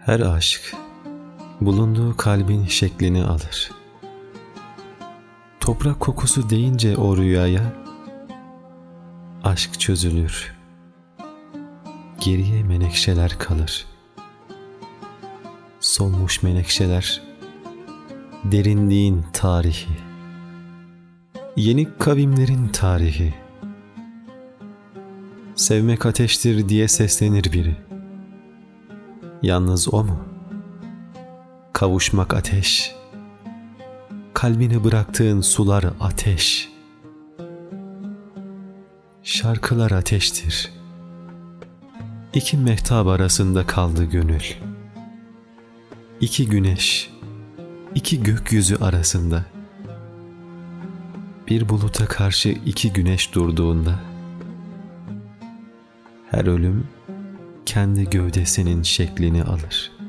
Her aşk bulunduğu kalbin şeklini alır. Toprak kokusu deyince o rüyaya aşk çözülür. Geriye menekşeler kalır. Solmuş menekşeler, derinliğin tarihi, yenik kavimlerin tarihi. Sevmek ateştir diye seslenir biri. Yalnız o mu? Kavuşmak ateş, kalbini bıraktığın sular ateş. Şarkılar ateştir. İki mehtap arasında kaldı gönül. İki güneş, iki gökyüzü arasında. Bir buluta karşı iki güneş durduğunda, her ölüm kendi gövdesinin şeklini alır.